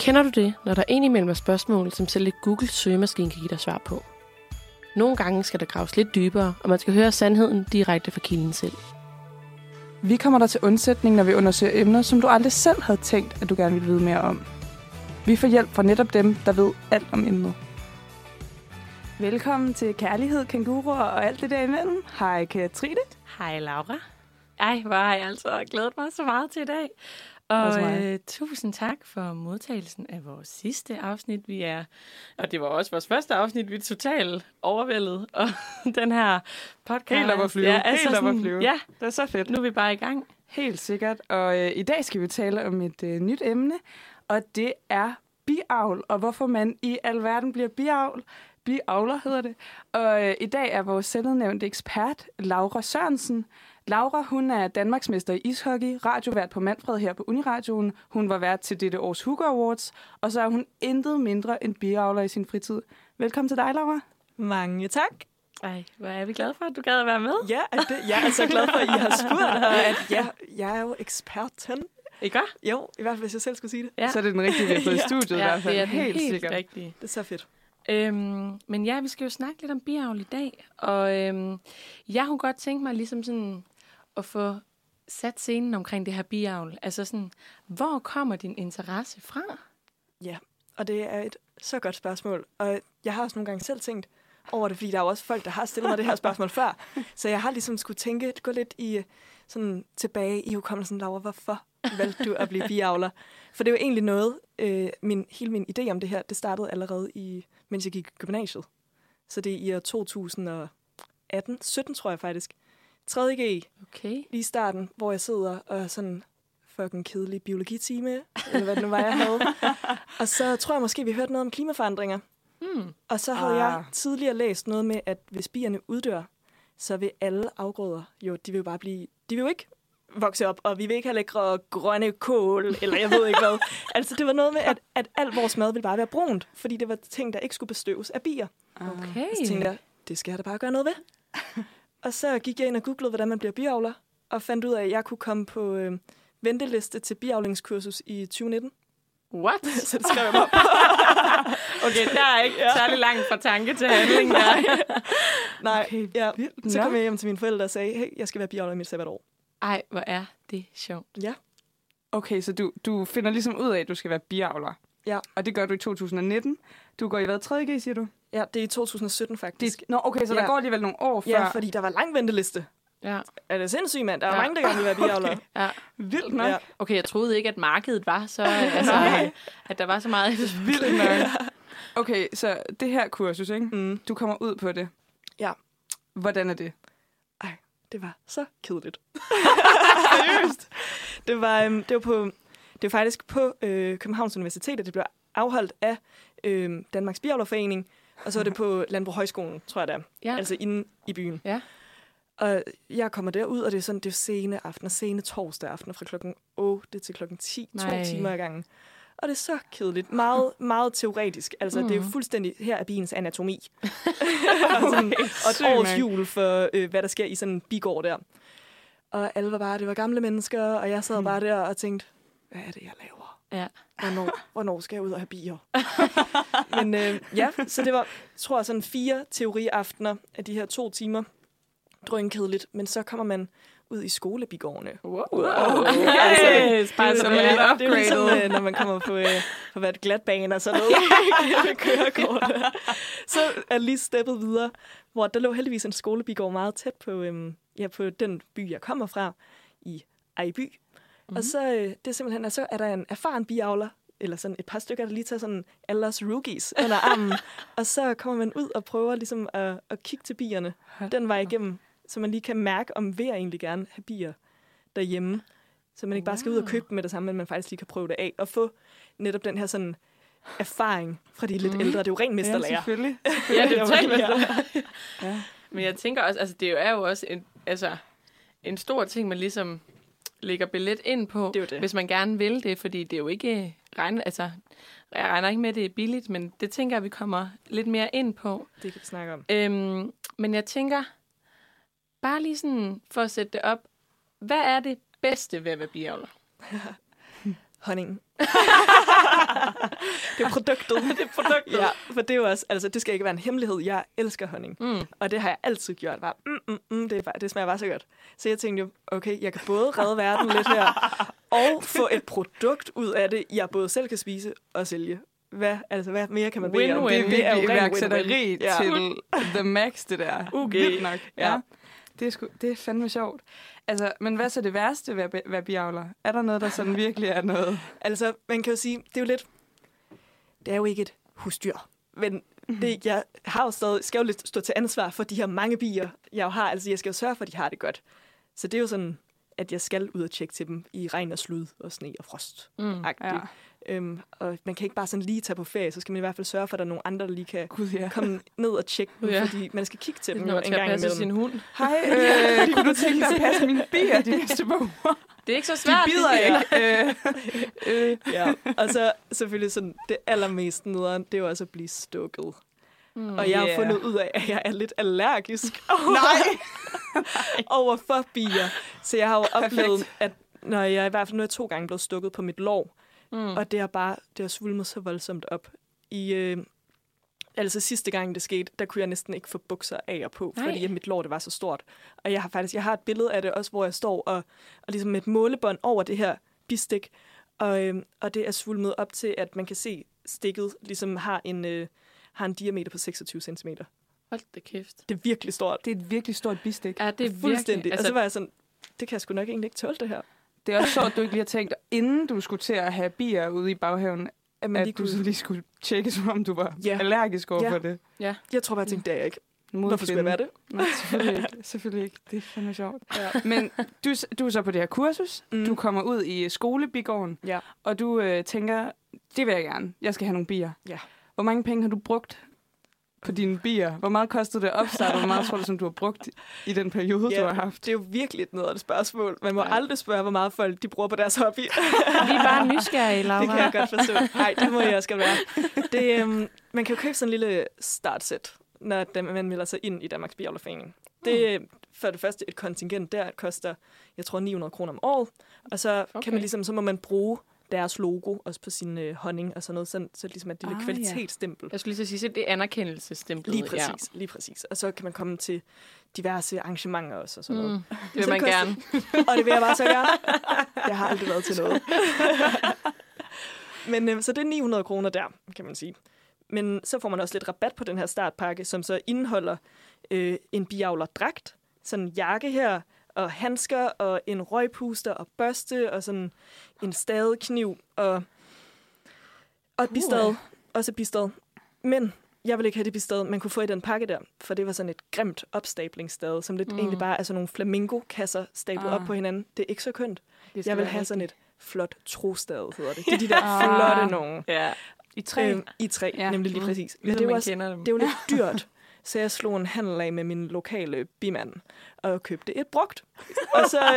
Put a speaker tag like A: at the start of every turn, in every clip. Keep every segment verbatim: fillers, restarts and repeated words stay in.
A: Kender du det, når der indimellem er spørgsmål, som selv et Google søgemaskine kan give dig svar på? Nogle gange skal der graves lidt dybere, og man skal høre sandheden direkte fra kilden selv.
B: Vi kommer der til undsætning, når vi undersøger emner, som du aldrig selv havde tænkt, at du gerne ville vide mere om. Vi får hjælp fra netop dem, der ved alt om emnet. Velkommen til Kærlighed, Kænguruer og alt det der imellem. Hej Katrine.
A: Hej Laura. Ej, hvor har jeg altså glædet mig så meget til i dag. Og øh, tusind tak for modtagelsen af vores sidste afsnit. Vi er, og det var også vores første afsnit, vi er totalt overvældet. Og den her podcast...
B: Helt op at flyve.
A: Ja, altså
B: Helt op
A: sådan,
B: at flyve.
A: Ja,
B: det er så fedt.
A: Nu er vi bare i gang.
B: Helt sikkert. Og øh, i dag skal vi tale om et øh, nyt emne, og det er biavl, og hvorfor man i alverden bliver biavl. Biavler hedder det. Og øh, i dag er vores selvudnævnte ekspert, Laura Sørensen. Laura, hun er Danmarksmester i ishockey, radiovært på Manfred her på Uniradioen. Hun var vært til dette års Hugo Awards, og så er hun intet mindre end biavler i sin fritid. Velkommen til dig, Laura.
C: Mange tak.
A: Ej, hvor er vi glade for, at du gad at være med.
C: Ja, det, jeg er så glad for, at I har spurgt, og at ja, jeg er jo eksperten.
A: Ikke?
C: Jo, i hvert fald, hvis jeg selv skulle sige det.
B: Ja. Så er det den rigtige, vi har fået i studiet
A: ja,
B: i hvert fald.
A: det er
B: helt,
A: helt
B: sikkert.
A: rigtigt.
C: Det er så fedt.
A: Øhm, men ja, vi skal jo snakke lidt om biavl i dag, og øhm, jeg kunne godt tænke mig ligesom sådan at få sat scenen omkring det her biavl. Altså sådan, hvor kommer din interesse fra?
C: Ja, og det er et så godt spørgsmål, og jeg har også nogle gange selv tænkt over det, fordi der er jo også folk, der har stillet mig det her spørgsmål før, så jeg har ligesom skulle tænke, gå lidt i sådan tilbage i hukommelsen, Laura, hvorfor valgte du at blive biavler? For det er jo egentlig noget, øh, min, hele min idé om det her, det startede allerede i, mens jeg gik i gymnasiet. Så det er i år to tusind og atten, sytten tror jeg faktisk. tredje G,
A: okay.
C: Lige i starten, hvor jeg sidder og sådan fucking kedelig biologitime, eller hvad det nu var, jeg havde. Og så tror jeg måske, vi hørte noget om klimaforandringer.
A: Mm.
C: Og så havde ah. jeg tidligere læst noget med, at hvis bierne uddør, så vil alle afgrøder, jo, de vil jo bare blive, de vil jo ikke vokse op, og vi vil ikke have lækre grønne kål, eller jeg ved ikke hvad. Altså, det var noget med, at, at al vores mad ville bare være brunt, fordi det var ting, der ikke skulle bestøves af bier.
A: Okay.
C: Så tænkte jeg, det skal jeg da bare gøre noget ved. Og så gik jeg ind og googlede, hvordan man bliver biavler, og fandt ud af, at jeg kunne komme på øh, venteliste til biavlingskursus i tyve nitten.
A: What?
C: Så det skrev jeg mig op.
A: Okay, der er ikke ja. særlig langt fra tanke til handling der.
C: Nej,
B: okay,
C: ja. Så kom jeg hjem til mine forældre og sagde, hey, jeg skal være biavler i mit sabbatår.
A: Ej, hvor er det sjovt.
C: Ja.
B: Okay, så du, du finder ligesom ud af, at du skal være biavler.
C: Ja.
B: Og det gør du i to tusind nitten. Du går i hvad, tredje G, siger du?
C: Ja, det er i to tusind sytten faktisk.
B: Det, nå, okay, så ja. der går alligevel nogle år før.
C: Ja, fordi der var lang venteliste.
A: Ja.
C: Er det sindssygt, mand? Der er
A: ja.
C: mange, der gerne vil være biavler.
A: Okay. Ja.
B: Vildt nok. Ja.
A: Okay, jeg troede ikke, at markedet var så... altså, at der var så meget...
B: Vildt nok. Okay, så det her kursus, ikke?
C: Mm.
B: Du kommer ud på det.
C: Ja.
B: Hvordan er det?
C: Ej, det var så kedeligt. Seriøst? Det var, øhm, det var på... Det var faktisk på øh, Københavns Universitet, og det blev afholdt af øh, Danmarks Biavlerforening, og så var det på Landbrug Højskolen, tror jeg det er.
A: Ja.
C: Altså inde i byen.
A: Ja.
C: Og jeg kommer derud, og det er sådan, det er sene aftener, sene torsdag aftener fra klokken otte til klokken ti,
A: Nej.
C: to timer ad gangen. Og det er så kedeligt. Meget, meget teoretisk. Altså, mm. det er jo fuldstændig, her er biens anatomi. og, sådan,
B: okay,
C: og et års jul for, øh, hvad der sker i sådan en bigård der. Og alle var bare, det var gamle mennesker, og jeg sad mm. bare der og tænkte, hvad er det, jeg laver?
A: Ja.
C: Hvornår, hvornår skal jeg ud og have bier? Men øh, ja, så det var, tror jeg, sådan fire teoriaftener af de her to timer. Drønkedeligt, men så kommer man ud i skolebigårdene.
A: Wow. wow. Okay. Altså,
C: det,
A: det,
C: det,
A: det,
C: det,
A: det,
C: det er ligesom, øh, når man kommer på, øh, på hvad, et glatbane og sådan noget. Det kørekort. Så er lige steppet videre, hvor der lå heldigvis en skolebigård meget tæt på, øh, ja, på den by, jeg kommer fra, i Ejby. Mm-hmm. Og så øh, det er simpelthen, så er der en erfaren biavler, eller sådan et par stykker, der lige tager sådan allers rookies under armen. Og så kommer man ud og prøver ligesom at, at kigge til bierne den vej igennem, så man lige kan mærke, om vil jeg egentlig gerne have bier derhjemme. Så man ikke bare skal ud og købe dem med det samme, men man faktisk lige kan prøve det af. Og få netop den her sådan erfaring fra de lidt mm. ældre. Det er jo ren mesterlærer.
B: Ja, selvfølgelig.
A: Ja, det er jo mesterlærer. Ja. Men jeg tænker også, altså det er jo også en, altså, en stor ting, man ligesom lægger billet ind på,
C: det det.
A: Hvis man gerne vil det, fordi det er jo ikke regn, altså jeg regner ikke med, at det er billigt, men det tænker jeg, vi kommer lidt mere ind på.
C: Det kan vi snakke om.
A: Øhm, men jeg tænker, bare lige sådan for at sætte det op, hvad er det bedste ved at være biavler?
C: Honning. Det er produktet.
A: Det er produktet.
C: Ja, for det er jo også, altså det skal ikke være en hemmelighed. Jeg elsker honning.
A: Mm.
C: Og det har jeg altid gjort. Bare, mm, mm, mm, det, er bare, det smager bare så godt. Så jeg tænkte jo, okay, jeg kan både redde verden lidt her, og få et produkt ud af det, jeg både selv kan spise og sælge. Hvad, altså, hvad mere kan man bede om?
B: Det er
C: Det er jo
B: virkelig
C: ren
B: iværksætteri
C: win-win. Ja.
B: til the max, det der.
C: Okay.
B: Vildt nok. Ja.
C: Ja.
B: Det er, sgu, det er fandme sjovt. Altså, men hvad er så det værste ved at være biavler? Er der noget, der sådan virkelig er noget?
C: Altså, man kan jo sige, det er jo lidt... Det er jo ikke et husdyr. Men det, jeg har jo stadig, skal jo lidt stå til ansvar for de her mange bier, jeg jo har. Altså, jeg skal jo sørge for, at de har det godt. Så det er jo sådan, at jeg skal ud og tjekke til dem i regn og slud og sne og frost.
A: Mm.
B: Ja.
C: Øhm, og man kan ikke bare sådan lige tage på ferie, så skal man i hvert fald sørge for, at der er nogle andre, der lige kan
B: Gud, ja.
C: komme ned og tjekke dem,
A: Ja.
C: fordi man skal kigge til dem
A: Når
C: jo
A: man
C: en
A: skal
C: gang
A: passe
C: imellem.
A: sin hund.
B: Hej, øh, kunne du tænke dig at passe mine bier de næste par uger?
A: Det er ikke så
B: De
A: svært.
B: bider ikke. Øh, øh.
C: Ja. Og så selvfølgelig sådan, det allermest nederen, det er jo også at blive stukket.
A: Mm.
C: Og jeg har
B: Yeah.
C: fundet ud af, at jeg er lidt allergisk
B: Nej!
C: over for bier. Så jeg har jo
B: Perfekt.
C: oplevet, at når jeg i hvert fald nu er to gange blevet stukket på mit lår,
A: Mm.
C: og det har bare det har svulmet så voldsomt op. I, øh, altså sidste gang det skete, der kunne jeg næsten ikke få bukser af og på,
A: Nej.
C: fordi at mit lår det var så stort. Og jeg har faktisk jeg har et billede af det også, hvor jeg står og, og ligesom med et målebånd over det her bistik, og, øh, og det er svulmet op til, at man kan se stikket ligesom har en, øh, har en diameter på seksogtyve centimeter.
A: Hold da kæft.
C: Det er virkelig stort.
B: Det er et virkelig stort bistik.
A: Ja, det er
C: Fuldstændig.
A: virkelig.
C: Altså, og så var jeg sådan, det kan jeg sgu nok egentlig ikke tåle det her.
B: Det er også sjovt, at du ikke lige har tænkt, inden du skulle til at have bier ude i baghaven,
C: At
B: at
C: lige
B: du
C: kunne-
B: så lige skulle tjekke, som om du var
C: Ja.
B: allergisk over
C: Ja.
B: for det.
A: Ja.
C: Jeg tror bare, jeg tænkte, det er jeg ikke.
B: Mod
C: Hvorfor skulle jeg
B: kvinden.
C: være det?
B: Nej, selvfølgelig ikke. Selvfølgelig ikke. Det er fandme sjovt.
C: Ja.
B: Men du, du er så på det her kursus.
C: Mm.
B: Mm. Du kommer ud i skolebigården,
C: Ja.
B: og du øh, tænker, det vil jeg gerne. Jeg skal have nogle bier.
C: Ja.
B: Hvor mange penge har du brugt på dine bier? Hvor meget kostede det at opstarte? Hvor meget tror du, som du har brugt i den periode,
C: Ja,
B: du har haft?
C: Det er jo virkelig et nederen spørgsmål. Man må
B: Ja.
C: aldrig spørge, hvor meget folk de bruger på deres hobby.
A: Vi er bare nysgerrige, Laura.
C: Det kan jeg godt forstå. Nej, det må jeg skal være. Det, øhm, man kan jo købe sådan en lille startsæt, når dem- man melder sig ind i Danmarks Biavlerforening. Det er for det første et kontingent der, koster, jeg tror, ni hundrede kroner om året. Og så, okay.
A: Okay.
C: kan man ligesom, så må man bruge deres logo også på sin øh, honning og sådan noget, så, så ligesom et lille
B: Ah,
C: ah, kvalitetsstempel.
A: Jeg skulle lige så sige, at det er anerkendelsesstemplet.
C: Lige præcis, lige præcis. Og så kan man komme til diverse arrangementer også og sådan
A: Ja.
C: noget.
A: Mm. Det vil
C: Så
A: man
C: koster-
A: gerne.
C: Og det vil jeg bare så gerne. Jeg har aldrig været til noget. Men øh, så det er ni hundrede kroner der, kan man sige. Men så får man også lidt rabat på den her startpakke, som så indeholder øh, en biavlerdragt, sådan en jakke her, og handsker, og en røgpuster, og børste, og sådan en stadekniv, og, og et bistad. Også et bistad. Men jeg vil ikke have det bistad, man kunne få i den pakke der, for det var sådan et grimt opstablingsstad, som lidt
A: Mm.
C: mm. egentlig bare er sådan nogle flamingo-kasser stablet
B: Ah.
C: op på hinanden. Det er ikke så kønt.
A: Det skal
C: Jeg vil
A: være
C: have sådan
A: rigtigt.
C: et flot trostad, hedder det. Det er de der
B: Ah.
C: flotte nogen.
A: Ja,
B: I tre?
C: Øhm, I træ,
B: Ja.
C: ja. nemlig lige
A: Mm.
C: præcis. Men
A: ligesom
C: det er, jo
A: man
C: også,
A: kender dem.
C: det er jo lidt dyrt, så jeg slog en handel af med min lokale bimand og købte et brugt. Og så,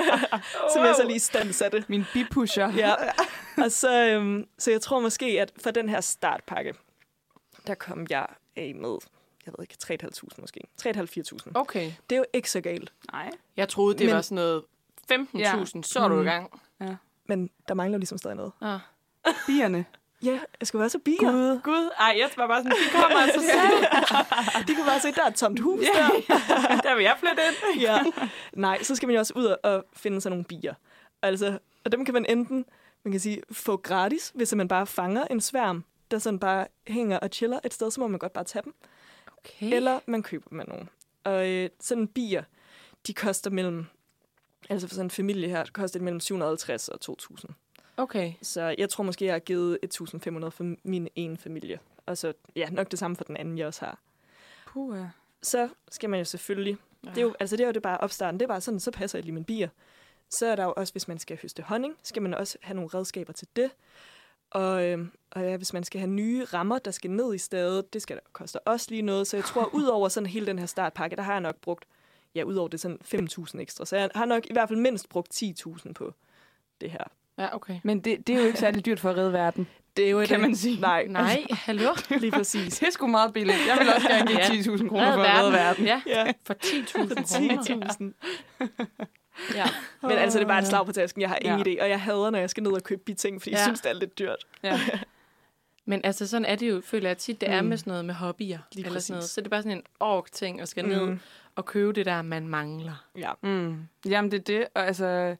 C: som jeg så lige standsatte.
B: Min bipusher.
C: Ja. Og så, øhm, så jeg tror måske, at for den her startpakke, der kom jeg af med, jeg ved ikke, tre tusind fem hundrede måske. tre tusind fem hundrede til fire tusind.
A: Okay.
C: Det er jo ikke så galt.
B: Nej.
A: Jeg troede, det
C: Men-
A: var sådan noget femten tusind, så er du
C: Mm.
A: i gang.
C: Men der mangler ligesom stadig noget.
A: Ah.
B: Bierne.
C: Ja, jeg skulle være så bier.
B: Gud.
A: Gud, ej, jeg var bare sådan, de kommer altså selv.
C: De kunne bare se, der er et tomt hus
A: Ja.
C: der.
A: Der vil jeg flytte ind.
C: Ja. Nej, så skal man jo også ud og finde sig nogle bier. Altså, og dem kan man enten, man kan sige, få gratis, hvis man bare fanger en sværm, der sådan bare hænger og chiller et sted, så må man godt bare tage dem.
A: Okay.
C: Eller man køber dem af nogen. Og øh, sådan bier, de koster mellem, altså for sådan en familie her, koster det mellem syv hundrede og halvtreds og to tusind.
A: Okay.
C: Så jeg tror måske, jeg har givet et tusind fem hundrede for min ene familie. Og så, ja, nok det samme for den anden, jeg også har.
B: Puh, ja.
C: Så skal man jo selvfølgelig, det er jo, altså det er jo det bare opstarten, det er bare sådan, så passer jeg lige mine bier. Så er der jo også, hvis man skal høste honning, skal man også have nogle redskaber til det. Og, øh, og ja, hvis man skal have nye rammer, der skal ned i stedet, det skal der koste også lige noget. Så jeg tror, ud over sådan hele den her startpakke, der har jeg nok brugt, ja, ud over det sådan fem tusind ekstra. Så jeg har nok i hvert fald mindst brugt ti tusind på det her.
A: Ja, okay.
B: Men det, det er jo ikke særlig dyrt for at redde verden.
C: Det er jo
B: Kan man sige.
C: Nej,
A: Nej, hallo?
C: lige præcis.
B: Det er sgu meget billigt. Jeg vil også gerne give
A: Ja.
B: ti tusind kroner for at redde verden.
A: Ja,
C: Ja.
A: for ti tusind
C: ti
A: kroner.
C: tusind. Ja. Men altså, det er bare et slag på tasken. Jeg har ingen
B: ja.
C: idé. Og jeg hader, når jeg skal ned og købe biting, fordi ja. jeg synes, det er lidt dyrt.
B: Ja.
A: Men altså, sådan er det jo, føler jeg tit, det er mm. med sådan noget med hobbyer.
C: Lige
A: eller
C: præcis.
A: sådan noget. Så det er bare sådan en ork-ting at skal
C: Mm.
A: ned og købe det der, man mangler.
C: Ja.
B: Mm. Jamen, det er det. Og altså...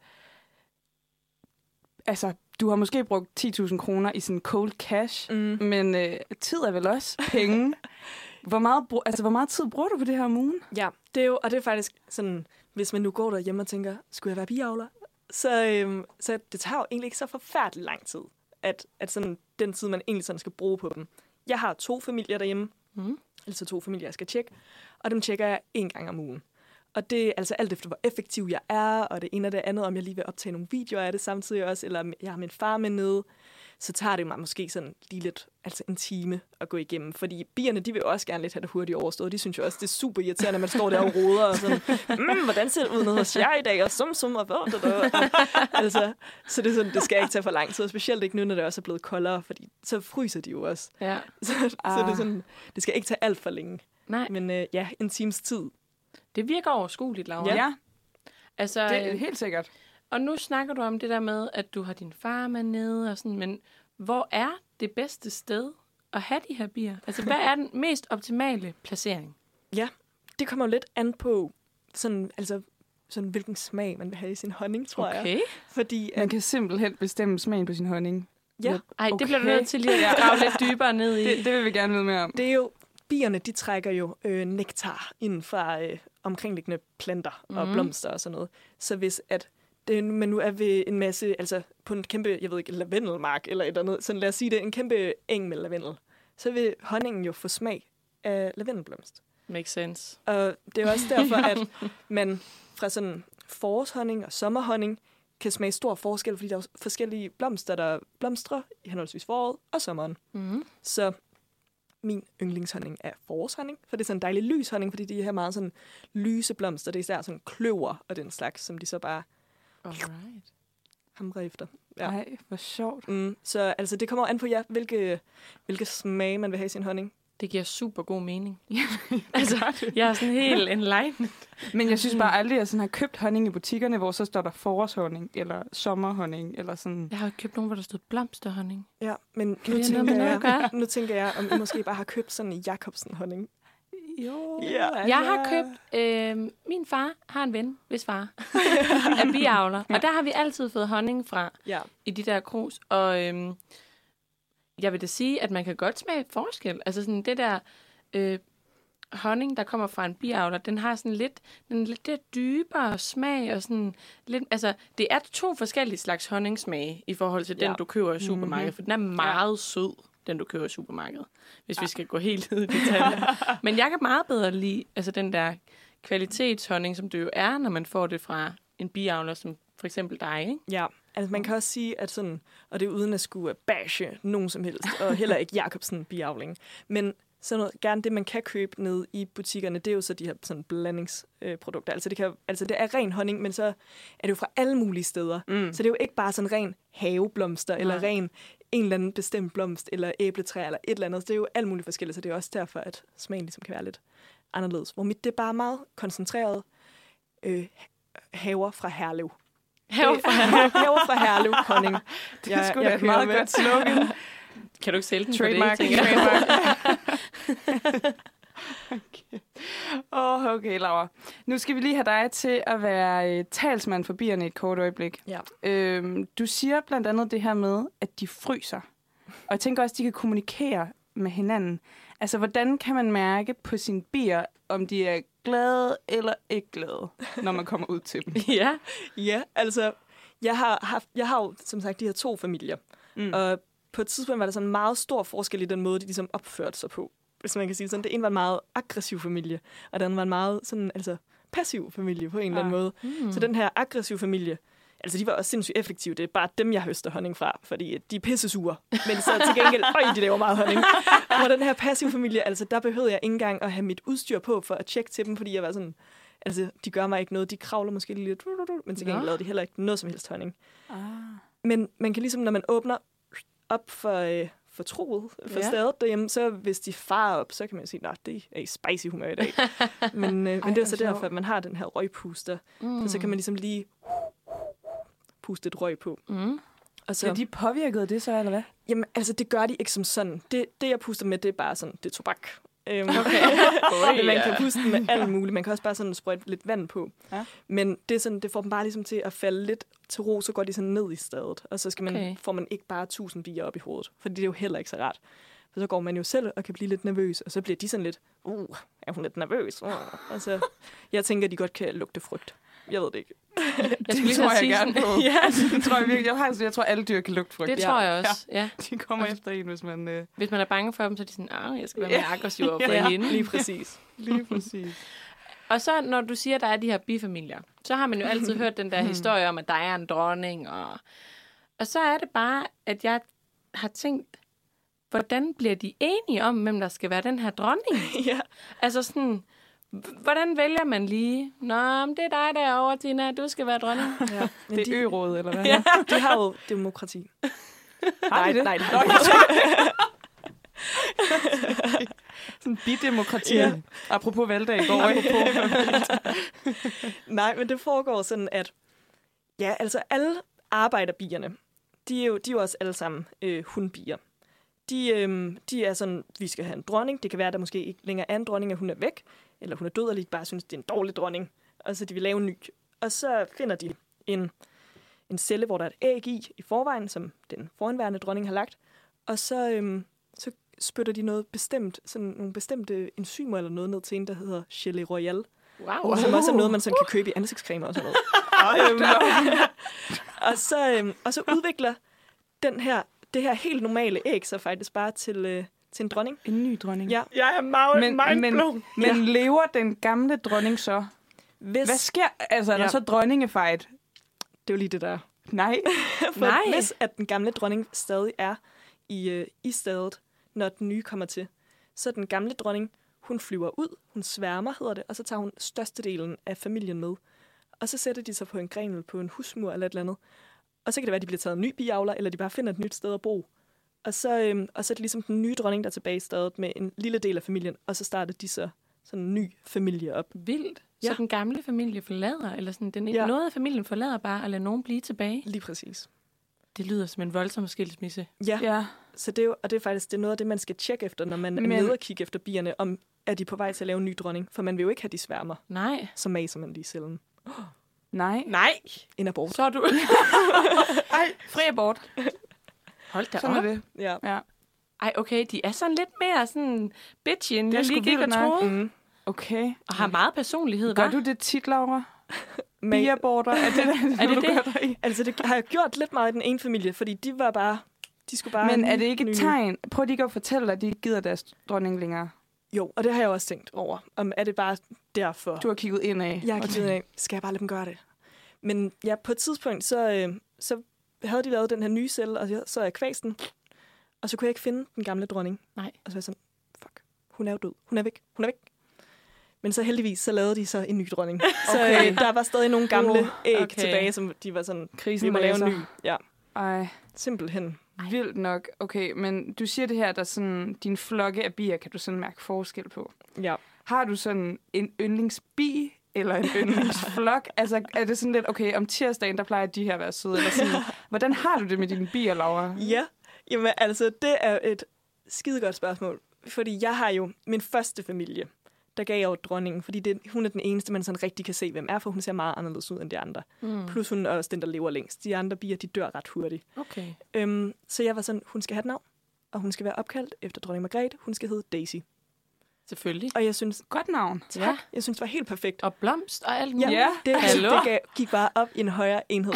B: Altså, du har måske brugt ti tusind kroner i sådan cold cash,
C: Mm.
B: men øh, tid er vel også penge. hvor, meget, bru- altså, hvor meget tid bruger du på det her om ugen?
C: Ja, det er jo, og det er faktisk sådan, hvis man nu går derhjemme og tænker, skulle jeg være biavler? Så, øhm, så det tager jo egentlig ikke så forfærdelig lang tid, at, at sådan, den tid, man egentlig sådan skal bruge på dem. Jeg har to familier derhjemme,
A: Mm.
C: altså to familier, jeg skal tjekke, og dem tjekker jeg en gang om ugen. Og det er altså alt efter, hvor effektiv jeg er, og det ene og det andet, om jeg lige vil optage nogle videoer af det samtidig også, eller om jeg har min far med nede, så tager det mig måske sådan lige lidt, altså en time at gå igennem. Fordi bierne, de vil jo også gerne lidt have det hurtigt overstået. De synes jo også, det er super irriterende, at man står der og roder og sådan, mm, hvordan ser det ud nede hos jer i dag, og sum sum og hvad, altså, så det er sådan, det skal ikke tage for lang tid, specielt ikke nu, når det også er blevet koldere, fordi så fryser de jo også.
A: Ja.
C: Så, ah. så det er sådan, det skal ikke tage alt for længe.
A: Nej,
C: Men øh, ja, en times tid.
A: det virker overskueligt, Laura.
C: Ja.
B: Ja,
A: Altså,
B: det er helt sikkert.
A: og nu snakker du om det der med, at du har din far med nede og sådan, men hvor er det bedste sted at have de her bier? Altså, hvad er den mest optimale placering?
C: Ja, det kommer jo lidt an på, sådan, altså, sådan, hvilken smag man vil have i sin honning, tror jeg.
A: Okay.
C: Fordi,
B: Man
C: at,
B: kan simpelthen bestemme smagen på sin honning.
C: ja,
A: Ej, det
B: Okay.
A: bliver du nødt til lige at grave lidt dybere ned i.
B: Det, det vil vi gerne vide mere om.
C: det er jo, bierne, de trækker jo øh, nektar inden fra øh, omkringliggende planter og
A: Mhm.
C: blomster og sådan noget. Så hvis at det, man nu er ved en masse, altså på en kæmpe, jeg ved ikke, lavendelmark eller et eller andet, sådan lad os sige det, en kæmpe eng med lavendel, så vil honningen jo få smag af lavendelblomst.
A: Makes sense.
C: Og det er jo også derfor, at man fra sådan forårshonning og sommerhonning kan smage stor forskel, fordi der er forskellige blomster, der blomstrer i henholdsvis foråret og sommeren.
A: Mm.
C: Så min yndlingshonning er forårshonning, for det er sådan en dejlig lys honning, fordi de har meget sådan lyse blomster. Det er især sådan kløver og den slags, som de så bare
A: Alright.
C: hamrer efter. Ja.
B: Ej, hvor sjovt.
C: Mm, så altså, det kommer an på jer, hvilke, hvilke smage man vil have i sin honning.
A: Det giver super god mening.
B: altså,
A: Jeg er sådan helt enlightened.
B: men jeg synes bare aldrig, at jeg sådan har købt honning i butikkerne, hvor så står der forårshonning, eller sommerhonning, eller sådan.
A: Jeg har jo købt nogen, hvor der stod blomsterhonning.
C: Ja, men nu
A: det have noget
C: tænker,
A: med noget at
C: jeg,
A: gøre?
C: nu tænker jeg, om I måske bare har købt sådan en Jacobsen-honning.
B: Jo.
C: Ja.
A: Jeg har købt... Øh, min far har en ven, hvis far er biavler. Og der har vi altid fået honning fra
C: Ja.
A: i de der krus. Og øhm, jeg vil da sige, at man kan godt smage forskel. Altså sådan det der øh, honning, der kommer fra en biavler, den har sådan lidt, den lidt der dybere smag. Og sådan lidt, altså, det er to forskellige slags honningsmage i forhold til
C: Ja.
A: den, du køber i supermarkedet. Mm-hmm. For den er meget ja. sød, den du køber i supermarkedet. Hvis ja. vi skal gå helt ned i detaljer. Men jeg kan meget bedre lide altså den der kvalitetshonning, som det jo er, når man får det fra en biavler, som for eksempel dig, ikke?
C: Ja, altså man kan også sige, at sådan, og det er uden at skulle bashe nogen som helst, og heller ikke Jacobsen biavling, men sådan noget, gerne det, man kan købe ned i butikkerne, det er jo så de her sådan blandingsprodukter. Altså det, kan, altså det er ren honning, men så er det jo fra alle mulige steder.
B: Mm.
C: Så det er jo ikke bare sådan ren haveblomster, eller
A: Nej.
C: ren en eller anden bestemt blomst, eller æbletræ, eller et eller andet. Så det er jo alt muligt forskelligt, så det er også derfor, at smagen ligesom kan være lidt anderledes. Hvor mit, det er bare meget koncentreret øh, haver fra Herlev.
A: Haver fra Herlev.
C: Haver fra Herlev, honning.
B: Det er sgu da et meget godt slogan.
A: Kan du ikke sælge den
B: Trademark.
A: på det, tænker jeg?
B: Trademark. okay. Oh, okay, Laura. Nu skal vi lige have dig til at være øh, talsmand for bierne i et kort øjeblik.
C: Ja.
B: Øhm, du siger blandt andet det her med, at de fryser. Og jeg tænker også, at de kan kommunikere med hinanden. Altså, hvordan kan man mærke på sine bier, om de er glade eller ikke glade, når man kommer ud til dem?
A: Ja.
C: Ja, altså, jeg har, haft, jeg har jo som sagt de her to familier.
B: Mm.
C: Og på et tidspunkt var der sådan en meget stor forskel i den måde, de ligesom opførte sig på. Hvis man kan sige sådan. Det ene var en meget aggressiv familie, og den var en meget sådan, altså, passiv familie på en eller anden
B: Ah.
C: måde.
A: Mm.
C: Så den her aggressive familie, altså de var også sindssygt effektive. Det er bare dem, jeg høster honning fra, fordi de er pissesure. Men så til gengæld, øj, de laver meget honning. Og den her passive familie, altså der behøvede jeg ikke engang at have mit udstyr på for at tjekke til dem, fordi jeg var sådan, altså de gør mig ikke noget. De kravler måske lidt, men til gengæld
A: Nå.
C: lavede de heller ikke noget som helst honning.
B: Ah.
C: Men man kan ligesom, når man åbner op for, øh, fortroet, for
A: Ja.
C: stadig derhjemme, så hvis de farer op, så kan man sige, at det er i spicy humør i dag. men, øh,
B: Ej,
C: men det er så
B: hvor
C: derfor,
B: sjovt.
C: at man har den her røgpuster.
A: Mm.
C: For så kan man ligesom lige puste et røg på.
A: Mm.
C: Og så,
B: Så de påvirkede det så, eller hvad?
C: jamen, altså, det gør de ikke som sådan. Det, det jeg puster med, det er bare sådan, det er tobak. Øhm,
A: Okay.
C: Men man kan puste den med alt muligt. Man kan også bare sådan sprøjte lidt vand på.
B: Ja.
C: Men det, er sådan, det får dem bare ligesom til at falde lidt til ro, så går de sådan ned i stedet. Og så skal man,
A: Okay.
C: får man ikke bare tusind bier op i hovedet. For det er jo heller ikke så rart. For så går man jo selv og kan blive lidt nervøs, og så bliver de sådan lidt, uh, er hun lidt nervøs? Uh. Altså, jeg tænker, at de godt kan lugte frygt. Jeg ved det ikke.
A: Jeg
B: Det
A: skulle lige
B: tror
A: så
B: jeg
A: sige
B: gerne
A: sådan,
B: på.
C: Ja.
B: Det tror jeg virkelig. Jeg, har, jeg tror, alle dyr kan lugte frygt.
A: det
C: Ja.
A: tror jeg også, ja.
B: De kommer efter en, hvis man... Øh...
A: Hvis man er bange for dem, så er de sådan, ah, jeg skal være
B: Ja.
A: mere aggressiv over for
C: Ja,
A: hende.
C: lige præcis.
B: Lige præcis.
A: Og så, når du siger, at der er de her bifamilier, så har man jo altid hørt den der historie om, at der er en dronning. Og, og så er det bare, at jeg har tænkt, hvordan bliver de enige om, hvem der skal være den her dronning?
C: Ja.
A: Altså sådan, h- hvordan vælger man lige? Nå, men det er dig derovre, Tina, du skal være dronning.
C: Ja. Men
B: Det
C: de,
B: er ø-rådet, eller hvad?
C: ja, de har jo demokrati.
B: Har de det?
C: Nej, det har de ikke.
B: Sådan bidemokrati.
C: Ja.
B: Apropos valgdag i går, ikke?
C: Nej, men det foregår sådan, at ja, altså alle arbejderbierne, de er jo, de er jo også alle sammen øh, hundbier. De, øh, de er sådan, vi skal have en dronning. Det kan være, at der måske ikke længere er en dronning, at hun er væk, eller hun er død, eller de bare synes, det er en dårlig dronning. Og så de vil lave en ny. Og så finder de en, en celle, hvor der er et æg i, i forvejen, som den foranværende dronning har lagt. Og så, øh, så spytter de noget bestemt, sådan nogle bestemte enzymer eller noget ned til en, der hedder Gelée Royale.
A: Wow.
C: Som også er noget, man sådan kan købe i ansigtscreme og sådan noget. øhm, og, så, øhm, og så udvikler den her, det her helt normale æg så faktisk bare til, øh, til en dronning.
B: En ny dronning.
C: Ja.
A: Jeg er meget
B: Men, men, men lever den gamle dronning så?
C: Hvis,
B: Hvad sker? Altså, er der
C: Ja.
B: så dronningefejt?
C: det er jo lige det der.
B: Nej.
C: For
A: Nej.
C: hvis at den gamle dronning stadig er i, øh, i stedet, når den nye kommer til, så den gamle dronning, hun flyver ud, hun sværmer, hedder det, og så tager hun størstedelen af familien med. Og så sætter de sig på en grenel på en husmur eller et eller andet. Og så kan det være, at de bliver taget en ny biavler, eller de bare finder et nyt sted at bo. Og så, øhm, og så er det ligesom den nye dronning, der er tilbage i stedet med en lille del af familien, og så starter de så sådan en ny familie op.
A: Vildt. Så
C: Ja.
A: den gamle familie forlader, eller sådan, den,
C: Ja.
A: noget af familien forlader bare, og lader nogen blive tilbage.
C: Lige præcis.
A: Det lyder som en voldsom skilsmisse.
C: Ja,
B: Ja.
C: så det er jo, og det er faktisk det er noget af det, man skal tjekke efter, når man
B: Men-
C: er nede og kigge efter bierne, om er de på vej til at lave en ny dronning. For man vil jo ikke have, de sværmer.
A: Nej.
C: Så maser man lige cellen.
B: Nej.
A: Nej.
C: En abort.
A: Så er du...
B: Ej, fri abort.
A: Hold da
B: Sådan
A: op.
B: er det.
C: Ja.
B: Ja.
A: Ej, okay, de er sådan lidt mere sådan bitchy, end
B: Det er
A: jeg
B: sgu
A: lige gik og
B: vildt nok.
A: troede.
C: Mm.
B: Okay.
A: Og har meget personlighed,
B: Gør
A: hva'?
B: du det tit, Laura?
C: Men,
B: Biaborter? Er det,
A: Er det
B: du
A: det?
B: gør dig i?
C: altså, det har jeg gjort lidt meget i den ene familie, fordi de var bare... De skulle bare
B: Men
C: have
B: er det ikke
C: nye-
B: et tegn? Prøv lige at fortælle dig, at de ikke gider deres dronning længere.
C: Jo, og det har jeg også tænkt over. Om er det bare derfor?
B: Du har kigget ind af.
C: Jeg har kigget af, skal jeg bare lade dem gøre det? Men ja, på et tidspunkt, så, øh, så havde de lavet den her nye celle, og så er jeg kvæst den. Og så kunne jeg ikke finde den gamle dronning.
A: Nej.
C: Og så var jeg sådan, fuck, hun er jo død. Hun er væk. Hun er væk. Men så heldigvis, så lavede de så en ny dronning. Så
B: Okay.
C: øh, der var stadig nogle gamle
B: Uh,
C: æg
A: okay.
C: tilbage, som de var sådan,
B: Krisen
C: vi må lave en
B: racer.
C: ny. Ja,
B: Ej,
C: simpelthen.
B: vildt nok. Okay, men du siger det her, der sådan, din flokke af bier, kan du sådan mærke forskel på.
C: Ja.
B: Har du sådan en yndlingsbi eller en yndlingsflok? Altså, er det sådan lidt, okay, om tirsdagen, der plejer de her at være søde, eller sådan. Hvordan har du det med dine bier, Laura?
C: Ja, jamen altså, det er et skidegodt spørgsmål. Fordi jeg har jo min første familie, der gav jeg jo dronningen, fordi det, hun er den eneste, man sådan rigtig kan se, hvem er, for hun ser meget anderledes ud end de andre.
A: Mm.
C: Plus hun er også den, der lever længst. De andre bier, de dør ret hurtigt.
A: Okay.
C: Øhm, så jeg var sådan, hun skal have et navn, og hun skal være opkaldt efter dronning Margrethe. Hun skal hedde Daisy.
A: Selvfølgelig.
C: Og jeg synes,
B: Godt navn.
A: Ja.
C: jeg synes, det var helt perfekt.
A: Og blomst og alt
C: Ja,
A: muligt.
B: Ja.
C: det,
A: Hallo?
C: det gav, gik bare op i en højere enhed.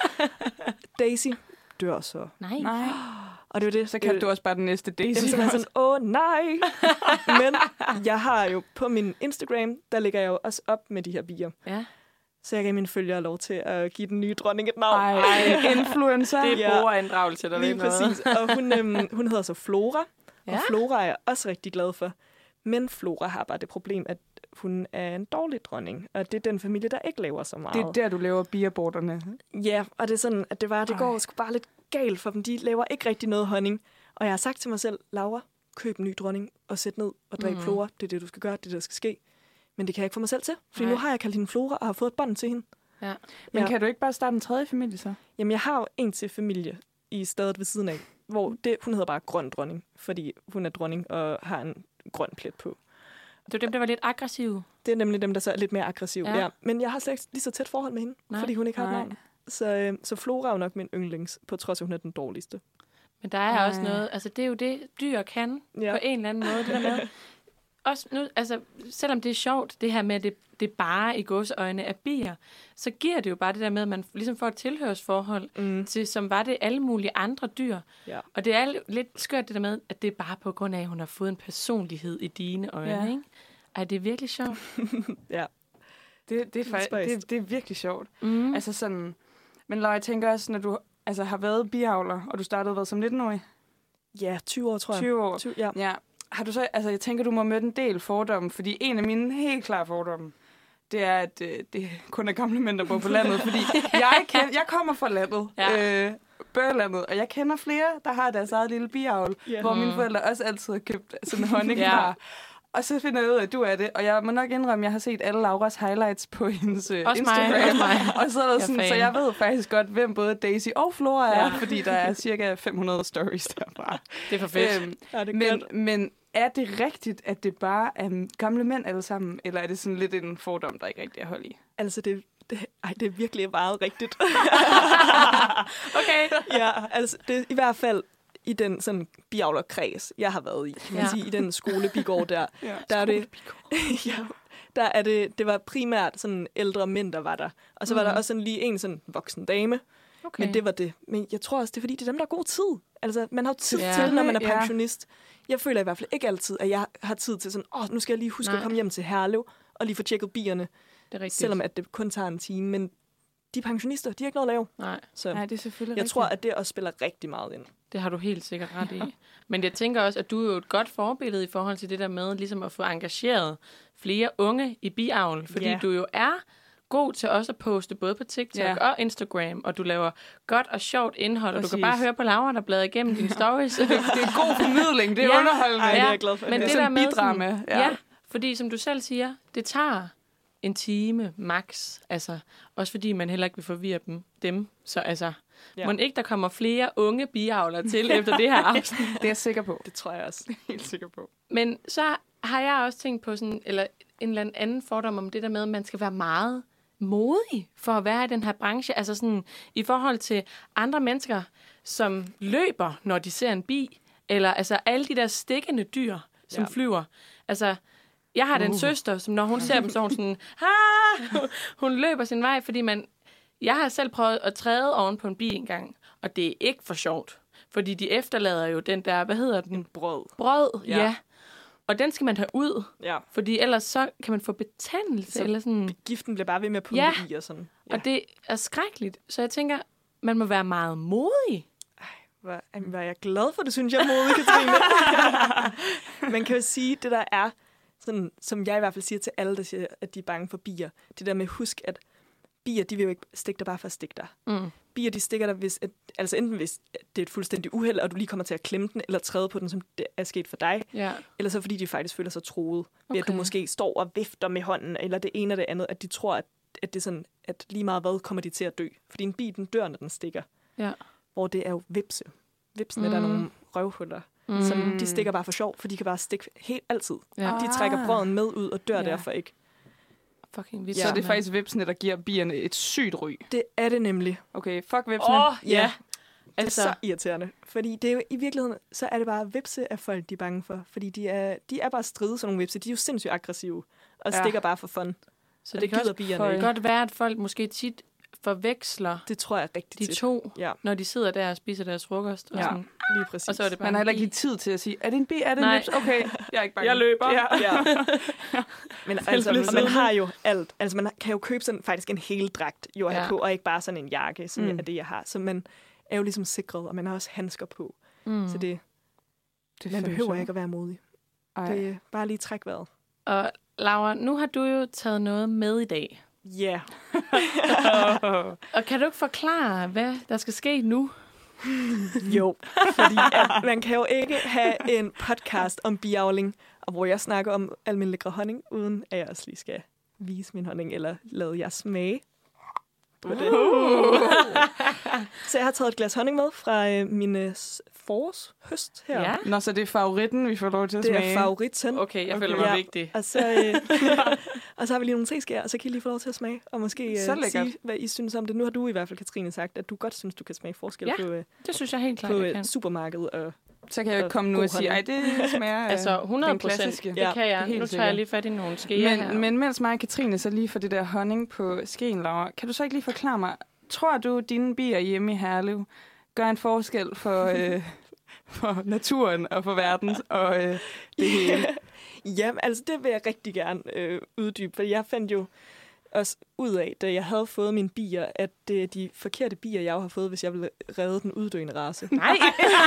C: Daisy dør så.
A: Nej.
B: Nej.
C: Og det var det.
B: Så kan du også bare den næste Daisy.
C: Jamen, så var jeg sådan, åh nej. Men jeg har jo på min Instagram, der lægger jeg jo også op med de her bier.
A: Ja.
C: Så jeg gav mine følgere lov til at give den nye dronning et navn.
B: Ej, influencer.
A: Det er
C: Ja.
A: brugerinddragelse, der
C: Lige
A: ved noget.
C: præcis. Og hun, øhm, hun hedder så Flora.
A: Ja.
C: Og Flora er jeg også rigtig glad for. Men Flora har bare det problem, at hun er en dårlig dronning. Og det er den familie, der ikke laver så meget.
B: Det er der, du laver biaborterne.
C: Ja, og det er sådan, at det, var, det går
B: Ej.
C: sgu bare lidt galt for dem. De laver ikke rigtig noget honning. Og jeg har sagt til mig selv, Laura, køb en ny dronning og sæt ned og dræb mm. Flora. Det er det, du skal gøre. Det er det, der skal ske. Men det kan jeg ikke få mig selv til. Fordi Nej. nu har jeg kaldt hende Flora og har fået et bånd til hende.
B: Ja. Men ja. kan du ikke bare starte en tredje familie så?
C: Jamen, jeg har jo en til familie i stedet ved siden af. Hvor det, hun hedder bare Grøn Dronning. Fordi hun er dronning og har en grøn plet på.
A: Det er dem, der var lidt aggressive.
C: Det er nemlig dem, der så er lidt mere aggressive. Ja. Ja. Men jeg har slet ikke lige så tæt forhold med hende. Nej. Fordi hun ikke har et navn. Så, øh, så Flora er jo nok min yndlings, på trods af, hun er den dårligste.
A: Men der er Ej. også noget, altså det er jo det, dyr kan ja. på en eller anden måde. Det der med, også nu, altså, selvom det er sjovt, det her med, at det, det bare i gåseøjne er bier, så giver det jo bare det der med, at man ligesom får et tilhørsforhold mm. til, som var det alle mulige andre dyr. Ja. Og det er lidt skørt det der med, at det er bare på grund af, at hun har fået en personlighed i dine øjne, ja. ikke? Ej, det er virkelig sjovt.
B: ja. Det, det, er faktisk, det, det er virkelig sjovt. Mm. Altså sådan, men Laura, jeg tænker også, når du altså, har været biavler, og du startede hvad, som nitten-årig?
C: Ja, tyve år, tror jeg.
B: tyve år.
C: tyve, ja.
B: ja. Har du så, altså, jeg tænker, du må møde en del fordomme, fordi en af mine helt klare fordomme, det er, at øh, det kun er gamle mænd, der bor på landet, fordi jeg, kend, jeg kommer fra landet, ja. øh, Børlandet, og jeg kender flere, der har deres eget lille biavl, yeah. hvor mine forældre også altid har købt sådan en honningbar. ja. Og så finder jeg ud af, at du er det. Og jeg må nok indrømme, at jeg har set alle Lauras highlights på hendes uh, Instagram. Mig, også mig. Og så er der sådan, så jeg ved faktisk godt, hvem både Daisy og Flora er, ja. fordi der er cirka fem hundrede stories derfra.
A: Det er for fedt. Øhm,
C: ja, det er
B: men, men er det rigtigt, at det bare er gamle mænd alle sammen, eller er det sådan lidt en fordom, der ikke rigtig er hold i?
C: Altså, det, det, ej, det er virkelig meget rigtigt.
A: okay.
C: Ja, altså, det er i hvert fald i den sådan biavlerkreds, jeg har været i, kan man ja. sige, i den skolebigård der, ja, der er det, ja, der er det, det var primært sådan ældre mænd, der var der. Og så mm. var der også sådan lige en sådan voksen dame. Okay. Men det var det. Men jeg tror også, det er fordi, det er dem, der har god tid. Altså, man har tid ja. til, når man er pensionist. Ja. Jeg føler i hvert fald ikke altid, at jeg har tid til sådan, åh, oh, nu skal jeg lige huske Nej. at komme hjem til Herlev og lige få tjekket bierne. Det er rigtigt. Selvom at det kun tager en time. Men de pensionister, de har ikke noget at lave.
A: Nej,
C: så
A: Nej det er selvfølgelig
C: jeg
A: rigtigt.
C: tror, at det også spiller rigtig meget ind.
A: Det har du helt sikkert ret i. Men jeg tænker også, at du er jo et godt forbillede i forhold til det der med ligesom at få engageret flere unge i biavl. Fordi yeah. du jo er god til også at poste både på TikTok yeah. og Instagram, og du laver godt og sjovt indhold, Præcis. og du kan bare høre på Laura, der bladrer igennem dine stories. det, det er god formidling, det er ja. underholdende.
C: Ej, det er jeg glad for.
A: Men
B: det,
A: det
B: er
A: der med
B: bidrama.
A: Sådan, ja. ja, fordi som du selv siger, det tager en time max, altså også fordi man heller ikke vil forvirre dem, dem. Så altså, ja. må ikke der kommer flere unge biavlere til efter det her afsnit.
B: Det er jeg sikker på.
C: Det tror jeg også.
B: Helt sikker på.
A: Men så har jeg også tænkt på sådan, eller en eller anden fordom om det der med, at man skal være meget modig for at være i den her branche. Altså sådan i forhold til andre mennesker, som løber, når de ser en bi, eller altså alle de der stikkende dyr, som ja. flyver. Altså, jeg har den uh. søster, som når hun ser dem, så hun sådan, ha! Hun løber sin vej, fordi man... Jeg har selv prøvet at træde oven på en bi engang, og det er ikke for sjovt. Fordi de efterlader jo den der, hvad hedder den?
C: En brød.
A: Brød, ja. ja. Og den skal man have ud,
C: ja.
A: fordi ellers så kan man få betændelse. Så eller sådan.
C: Giften bliver bare ved med at pumpe
A: ja.
C: i og sådan.
A: Ja. Og det er skrækkeligt. Så jeg tænker, man må være meget modig.
C: Ej, hvor, hvor er jeg glad for det, synes jeg, modig, Katrine. Man kan jo sige, det der er, sådan, som jeg i hvert fald siger til alle, der siger, at de er bange for bier. Det der med, husk, at bier, de vil jo ikke stikke dig bare for at stikke dig. Mm. Bier, de stikker dig, hvis, at, altså enten hvis det er et fuldstændig uheld, og du lige kommer til at klemme den, eller træde på den, som det er sket for dig. Ja. Eller så fordi de faktisk føler sig troet. Okay. Ved at du måske står og vifter med hånden, eller det ene og det andet, at de tror, at, at det er sådan, at lige meget hvad kommer de til at dø. Fordi en bi, den dør, når den stikker. Ja. Hvor det er jo vipse. Vipsene, mm. der er nogle røvhuller. Mm. Som de stikker bare for sjov, for de kan bare stikke helt altid. Ja. De trækker brøden med ud og dør ja. derfor ikke.
A: Fucking
B: ja. Så er det faktisk vipsene, der giver bierne et sygt ry.
C: Det er det nemlig.
B: Okay, fuck vipsene.
C: Åh, oh, ja. Yeah. Altså. Det er så irriterende. Fordi det er jo, i virkeligheden, så er det bare vipse af folk, de er bange for. Fordi de er, de er bare stride, sådan nogle vipse. De er jo sindssygt aggressive. Og ja. stikker bare for fun.
A: Så det, det kan også bierne godt være, at folk måske tit forveksler
C: det tror jeg rigtig
A: de
C: tit.
A: to, ja. når de sidder der og spiser deres frokost. Og
C: ja,
A: sådan.
C: lige præcis.
A: Og så er det bare
B: man har heller ikke tid til at sige, er det en bi, er det
A: Nej.
B: en vips? Okay, jeg er ikke bange.
A: Jeg løber. Ja.
C: Ja. Men altså, man har jo alt. Altså, man kan jo købe sådan faktisk en hel dragt jo at have ja. på, og ikke bare sådan en jakke, som mm. er det, jeg har. Så man er jo ligesom sikret, og man har også handsker på. Mm. Så det, det man behøver ikke at være modig. Ej. Det er bare lige træk vejret.
A: Og Laura, nu har du jo taget noget med i dag.
C: Ja.
A: Yeah. Og kan du ikke forklare, hvad der skal ske nu?
C: Jo, fordi at man kan jo ikke have en podcast om biavling, og hvor jeg snakker om almindelig honning, uden at jeg også lige skal vise min honning, eller lade jer smage på det. Uh. Så jeg har taget et glas honning med fra øh, min øh, forårshøst her.
B: Ja. Nå, så det er favoritten, vi får lov til at
C: det
B: smage.
C: Det er favoritten.
A: Okay, jeg okay. føler mig
C: ja.
A: vigtig.
C: Og så, øh, og så har vi lige nogle teskær, og så kan I lige få lov til at smage, og måske øh, sige, hvad I synes om det. Nu har du i hvert fald, Katrine, sagt, at du godt synes, du kan smage forskel
A: ja,
C: på, øh,
A: det synes jeg helt klart,
C: på
A: jeg
C: øh,
A: kan.
C: supermarkedet. Og,
B: så kan jeg jo ikke komme nu og sige, ej, det smager
A: altså hundrede procent, det
C: ja,
A: kan jeg. Nu tager
B: sikkert.
A: jeg lige fat i nogle skeer
B: men,
A: her.
B: Men mens mig og Katrine så lige får det der honning på skeen, Laura, kan du så ikke lige forklare mig, tror du, dine bier hjemme i Herlev gør en forskel for, øh, for naturen og for verden og øh, det hele?
C: Ja, altså det vil jeg rigtig gerne øh, uddybe, for jeg fandt jo også ud af, da jeg havde fået mine bier, at det er de forkerte bier, jeg har fået, hvis jeg ville redde den uddøende race.
A: Nej!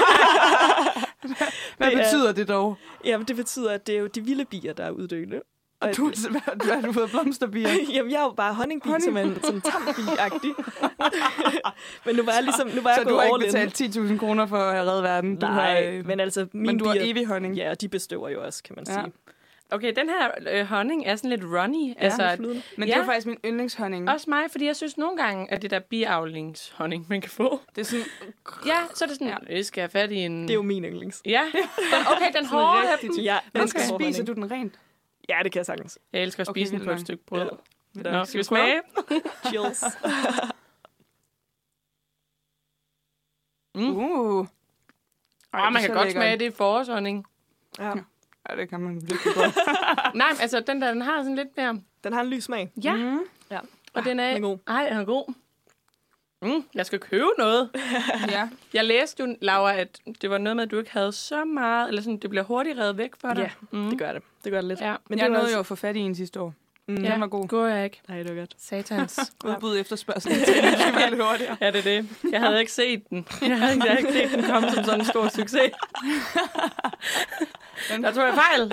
B: Hvad
C: det
B: betyder
C: er,
B: det dog?
C: Jamen, det betyder, at det er jo de vilde bier, der er uddøende.
B: Og du, hvad har du fået blomsterbier?
C: Jamen, jeg er jo bare honningbi, Honning. som er en sådan tambi-agtig. Men nu var jeg ligesom, nu var jeg
B: så
C: gået
B: du har
C: all
B: ikke betalt ti tusind kroner for at redde verden? Du
C: Nej,
B: har, øh,
C: men altså mine
B: men du
C: bier,
B: har evig honning.
C: Ja, de bestøver jo også, kan man
B: ja.
C: sige.
A: Okay, den her øh, honning er sådan lidt runny.
B: Ja,
A: altså,
B: men
A: ja.
B: det er faktisk min yndlingshonning.
A: Også mig, fordi jeg synes nogle gange, at det der biavlingshonning, man kan få.
B: Det er sådan...
A: Ja, så er det sådan, ja. Jeg skal have fat i en...
C: Det er jo min yndlings.
A: Ja, den, okay, den hårde her.
C: Ja,
B: men
C: okay.
B: spiser du den rent?
C: Ja, det kan jeg sagtens.
A: Jeg elsker at spise okay, den på et stykke brød. Ja. Nå, skal vi smage?
C: Chills.
A: mm.
B: Uh.
A: Ej, man kan godt lækker. Smage det i forårshonning.
C: Ja.
B: Ja, det kan man virkelig godt.
A: Nej, altså den der, den har sådan lidt mere...
C: Den har en lys smag.
A: Ja.
C: Mm. Ja.
A: Og den er...
C: Den er god.
A: Ej, den er god. Mm, jeg skal købe noget.
B: Ja.
A: Jeg læste jo, Laura, at det var noget med, at du ikke havde så meget, eller sådan, det bliver hurtigt revet væk for dig.
C: Ja, mm. det gør det. Det gør det lidt.
A: Ja.
B: Men jeg nåede også... jo at få fat i en sidste år.
A: Mm. Ja, den var god. Går jeg ikke.
C: Nej, det var godt.
A: Satans.
B: Udbud efter spørgsmål. Det skal være lidt hurtigere.
A: Ja, det er det. Jeg havde ikke set den. Jeg havde ikke, jeg havde ikke set den komme som sådan en stor succes. Den... Der tog jeg fejl.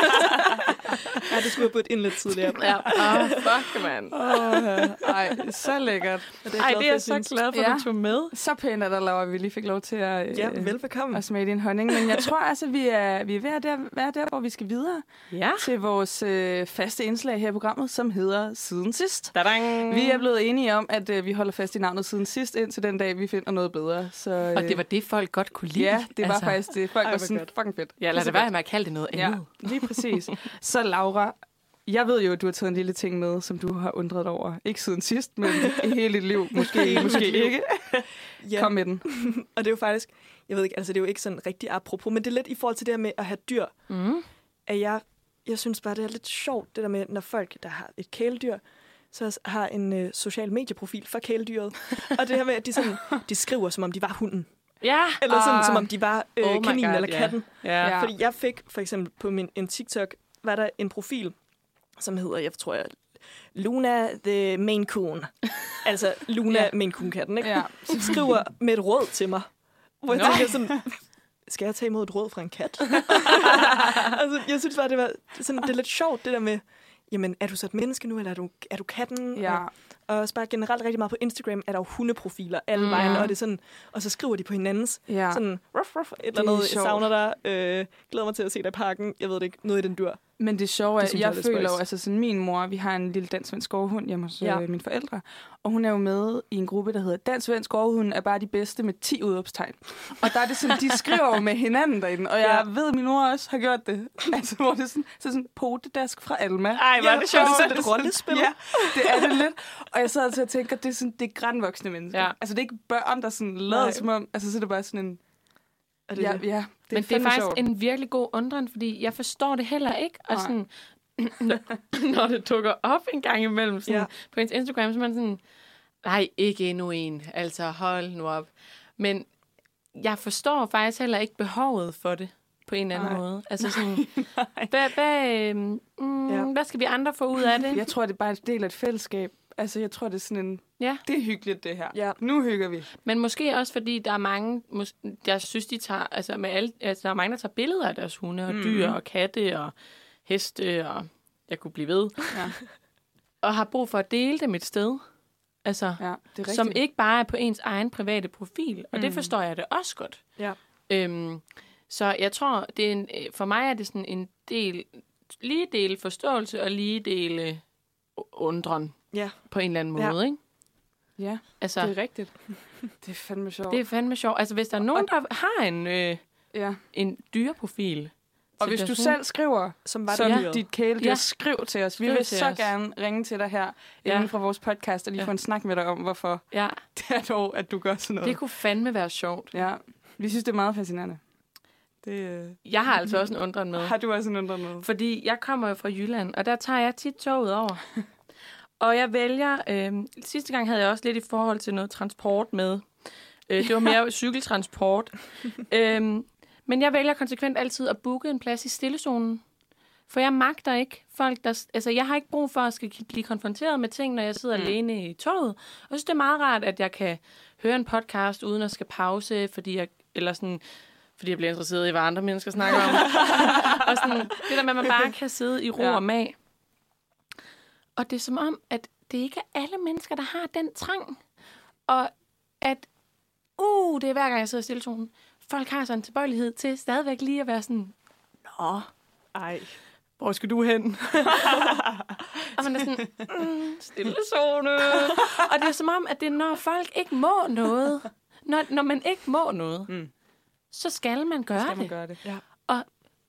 C: Ja, det skulle have budt ind lidt tidligere.
A: Ja. Åh, oh, fuck, man.
B: Oh, ej, så lækkert.
A: Det er Ej, det er jeg så glad for, at ja. Du tog med.
B: Så pænt er der, Laura, at vi lige fik lov til at,
C: ja, velbekomme.
B: at smage din honning. Men jeg tror altså, vi er, vi er ved at der, være der, hvor vi skal videre
A: ja. Til
B: vores øh, faste indslag her i programmet, som hedder Siden Sidst.
A: Da-dang.
B: Vi er blevet enige om, at øh, vi holder fast i navnet Siden Sidst, indtil den dag, vi finder noget bedre. Så, øh,
A: og det var det, folk godt kunne lide.
B: Ja, det var altså. faktisk det. Folk Ej, var sådan godt. Fucking fedt.
A: Ja, lad det være med at kalde det noget andet.
B: Ja, lige præcis. Så Laura, jeg ved jo, at du har taget en lille ting med, som du har undret dig over. Ikke siden sidst, men i hele dit liv. Måske, måske ikke. Ja. Kom med den.
C: Og det er jo faktisk, jeg ved ikke, altså det er jo ikke sådan rigtig apropos, men det er lidt i forhold til det her med at have dyr.
A: Mm.
C: At jeg, jeg synes bare, det er lidt sjovt, det der med, når folk, der har et kæledyr, så har en øh, social medieprofil for kæledyret. Og det her med, at de, sådan, de skriver, som om de var hunden.
A: Ja.
C: Eller sådan, uh, som om de var øh,
A: oh
C: kaninen
A: God,
C: eller katten.
A: Yeah. Yeah.
C: Fordi jeg fik, for eksempel på min en TikTok, var der en profil, som hedder, jeg tror jeg, Luna the Maine Coon. Altså Luna yeah. Maine Coon-katten, ikke?
B: Ja.
C: Som skriver med et råd til mig. Hvor jeg no. tænker sådan, skal jeg tage imod et råd fra en kat? Altså, jeg synes bare, det var sådan, det er lidt sjovt, det der med, jamen, er du så et menneske nu, eller er du, er du katten?
B: Ja.
C: Og, og også bare generelt rigtig meget på Instagram, er der jo hundeprofiler alle mm. vejen, og det er sådan, og så skriver de på hinandens, ja. sådan, ruff, ruff, et eller andet, jeg savner dig, øh, glæder mig til at se dig i parken, jeg ved det ikke, noget i den dur.
B: Men det sjove er, at jeg, jeg føler jo, altså sådan min mor, vi har en lille dansk-svensk gårdhund hjemme hos ja. øh, mine forældre, og hun er jo med i en gruppe, der hedder Dansk-svensk gårdhund er bare de bedste med ti udopstegn. Og der er det sådan, de skriver jo med hinanden derinde, og jeg ja. ved, at min mor også har gjort det. Altså, hvor det er sådan, så sådan potedask fra Alma.
A: Ej, hvor er det sjovt.
C: Det er sådan et rollespil.
B: Ja, det er det lidt. Og jeg sidder til at tænke, at det er sådan, det er grænvoksne mennesker.
A: Ja.
B: Altså, det er ikke børn, der sådan lader som om, altså, så er det bare sådan en...
C: Det
B: ja, ja, det
A: Men det er faktisk sjovt. En virkelig god undren, fordi jeg forstår det heller ikke. Og sådan, når det dukker op en gang imellem sådan, ja. på ens Instagram, så er man sådan, nej, ikke endnu en. Altså, hold nu op. Men jeg forstår faktisk heller ikke behovet for det på en eller anden nej. måde. Altså sådan, hvad, hvad, mm, ja. hvad skal vi andre få ud af det?
B: Jeg tror, det er bare en del af et fællesskab. Altså, jeg tror, det er sådan en... Ja. Det er hyggeligt, det her. Ja. Nu hygger vi.
A: Men måske også, fordi der er mange, jeg synes, de tager... Altså, med alle, altså, der er mange, der tager billeder af deres hunde, og mm. dyr, og katte, og heste, og jeg kunne blive ved. Ja. Og har brug for at dele dem et sted. Altså,
B: Ja, det er
A: som
B: rigtigt.
A: ikke bare er på ens egen private profil. Og mm. det forstår jeg det også godt.
C: Ja.
A: Øhm, så jeg tror, det er en, for mig er det sådan en del, lige del forståelse og lige del undren
C: Ja.
A: på en eller anden måde,
C: Ja.
A: ikke?
B: Ja,
A: Altså,
B: det er rigtigt. Det er fandme sjovt.
A: det er fandme sjovt. Altså, hvis der er nogen, der har en, øh,
B: Ja.
A: en dyreprofil.
B: Og hvis du selv skriver,
C: Som var
B: som
C: det dyret.
B: dit kæledyr,
A: Ja.
B: skriv til os. Vi
A: Skriv
B: vil
A: til
B: så
A: os.
B: gerne ringe til dig her
A: Ja.
B: inden for vores podcast, og lige
A: Ja.
B: få en snak med dig om, hvorfor
A: Ja,
B: det er dog, at du gør sådan noget.
A: det kunne fandme være sjovt.
B: Ja, vi synes, det er meget fascinerende. Det, øh...
A: Jeg har altså også en undren med.
B: Har du også en undren med?
A: Fordi jeg kommer jo fra Jylland, og der tager jeg tit toget over. Og jeg vælger... Øh, sidste gang havde jeg også lidt i forhold til noget transport med. Øh, det var mere cykeltransport. øhm, men jeg vælger konsekvent altid at booke en plads i stillezonen. For jeg magter ikke folk, der... Altså, jeg har ikke brug for at skal blive konfronteret med ting, når jeg sidder mm. alene i toget. Og jeg synes, det er meget rart, at jeg kan høre en podcast, uden at skal pause, fordi jeg... Eller sådan... Fordi jeg bliver interesseret i, hvad andre mennesker snakker om. Og sådan, det der med, at man bare kan sidde i ro ja. og mag. Og det er som om, at det ikke er alle mennesker, der har den trang. Og at, uh, det er hver gang, jeg sidder i stillezonen. Folk har sådan en tilbøjelighed til stadigvæk lige at være sådan, nå,
C: Ej.
A: hvor skal du hen? Og man er sådan, mm, stillezone. Og det er som om, at det er, når folk ikke må noget. Når, når man ikke må noget.
B: Mm.
A: Så skal man gøre
B: Skal
A: det.
B: man gøre det?
C: Ja.
A: Og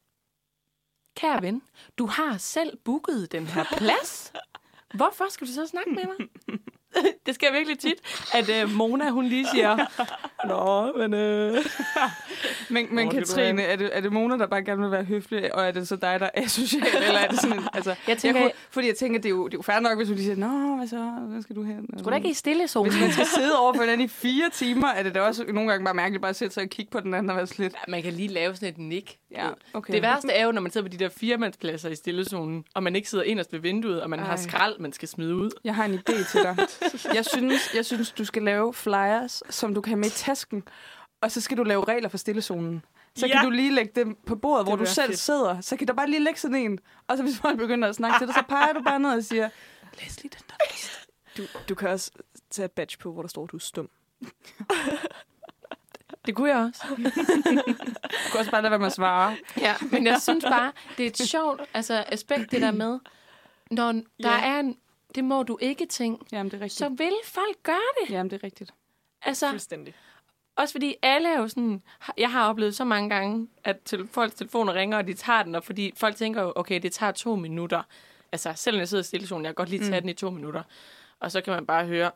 A: kære ven, du har selv booket den her plads. Hvorfor skal du så snakke med mig? Det sker virkelig tit, at uh, Mona, hun lige siger, nå, men... Øh...
B: Men, men Katrine, er det, er det Mona, der bare gerne vil være høflig, og er det så dig, der er social, eller er det sådan en, altså...
A: Jeg tænker,
B: jeg kunne, fordi jeg tænker, det er jo, det er jo fair nok, hvis du lige siger, nå, hvad så, hvad skal du hen?
A: skulle da ikke i stille zone?
B: Hvis man skal sidde over for hinanden i fire timer, er det da også nogle gange bare mærkeligt bare at sætte sig og kigge på den anden og være lidt...
A: Man kan lige lave sådan et nik.
B: Ja, okay.
A: Det værste er jo, når man sidder på de der firemandspladser i stillezonen, og man ikke sidder inderst ved vinduet, og man Ej. har skrald, man skal smide ud.
B: Jeg har en idé til dig. Jeg synes, jeg synes, du skal lave flyers, som du kan have med i tasken, og så skal du lave regler for stillezonen. Så ja. kan du lige lægge dem på bordet, hvor du selv fedt. sidder. Så kan der bare lige lægge sådan en. Og så hvis folk begynder at snakke til dig, så peger du bare ned og siger, læs lige den der liste.
C: Du, du kan også tage et badge på, hvor der står, at du er stum.
A: Det kunne jeg også.
B: Du kunne også bare lade være med at svare.
A: Ja, men jeg synes bare, det er et sjovt altså, aspekt, det der med, når der ja. er en, det må du ikke ting,
B: Jamen, det er rigtigt.
A: så vil folk gøre det.
B: Jamen, det er rigtigt.
A: Altså,
C: fuldstændig.
A: Også fordi alle er jo sådan... Jeg har oplevet så mange gange, at til, folks telefoner ringer, og de tager den, og fordi folk tænker jo, okay, det tager to minutter. Altså, selv når jeg sidder i stillezonen, jeg kan godt lige tage mm. den i to minutter. Og så kan man bare høre...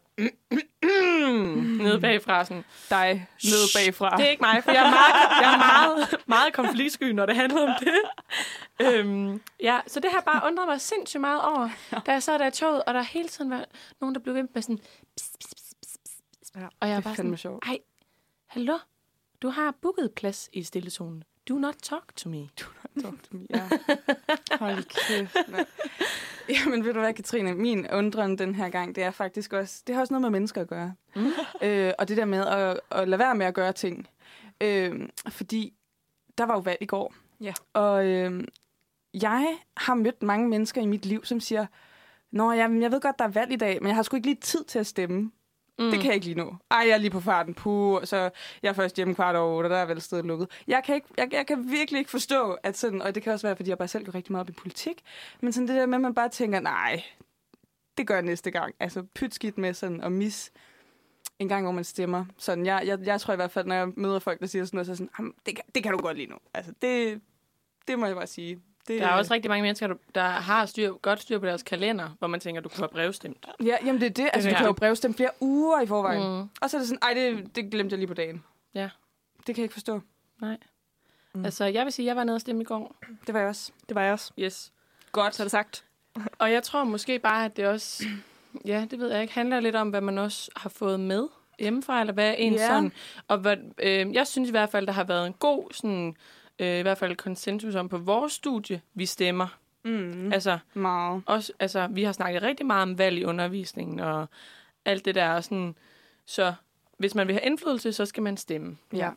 A: nede bagfra sådan...
B: Dig nede bagfra.
A: Det er ikke mig, for jeg er meget, jeg er meget, meget konfliktsky, når det handler om det. øhm, ja, så det har bare undret mig sindssygt meget over, da jeg sad der i toget, og der hele tiden var nogen, der blev ved med sådan... Pss, pss, pss, pss, pss. Ja, og jeg var bare sådan...
B: Sjovt.
A: Ej, hallo? Du har booket plads i stillezonen. Do not talk to me.
B: Do not talk to me, ja. Hold kæft, mand. Jamen, ved du hvad, Katrine? Min undren den her gang, det er faktisk også... Det har også noget med mennesker at gøre. Mm. Øh, og det der med at, at lade være med at gøre ting. Øh, fordi der var jo valg i går.
C: Ja.
B: Og øh, jeg har mødt mange mennesker i mit liv, som siger, nå, jamen, jeg ved godt, der er valg i dag, men jeg har sgu ikke lige tid til at stemme. Mm. Det kan jeg ikke lige nå. Ej, jeg er lige på farten. Puh, så jeg er først hjemme kvart over otte, og der er vel stedet lukket. Jeg kan, ikke, jeg, jeg kan virkelig ikke forstå, at sådan, og det kan også være, fordi jeg bare selv går rigtig meget op i politik, men sådan det der med, at man bare tænker, nej, det gør jeg næste gang. Altså pyt skidt med sådan at mis en gang, hvor man stemmer. Sådan, jeg, jeg, jeg tror i hvert fald, når jeg møder folk, der siger sådan noget, så sådan, det, kan, det kan du godt lige nu. Altså, det, det må jeg bare sige. Det,
A: der er også rigtig mange mennesker, der har styr, godt styr på deres kalender, hvor man tænker, du kunne have brevstemt.
B: Ja, jamen det er det. Altså,
A: det
B: du kan jo brevstemme flere uger i forvejen.
A: Mm.
B: Og så er det sådan, ej, det, det glemte jeg lige på dagen.
A: Ja.
B: Det kan jeg ikke forstå.
A: Nej. Mm. Altså, jeg vil sige, jeg var nede og stemme i går.
B: Det var jeg også.
C: Det var jeg også.
A: Yes.
C: Godt, så er det sagt.
A: Og jeg tror måske bare, at det også, ja, det ved jeg ikke, handler lidt om, hvad man også har fået med hjemmefra, eller hvad en yeah. sådan. Og hvad, øh, jeg synes i hvert fald, der har været en god sådan... Øh, i hvert fald konsensus om på vores studie, vi stemmer.
B: Mm.
A: Altså,
B: meget.
A: Også, altså, vi har snakket rigtig meget om valg i undervisningen og alt det der. Og sådan, så hvis man vil have indflydelse, så skal man stemme.
B: Ja.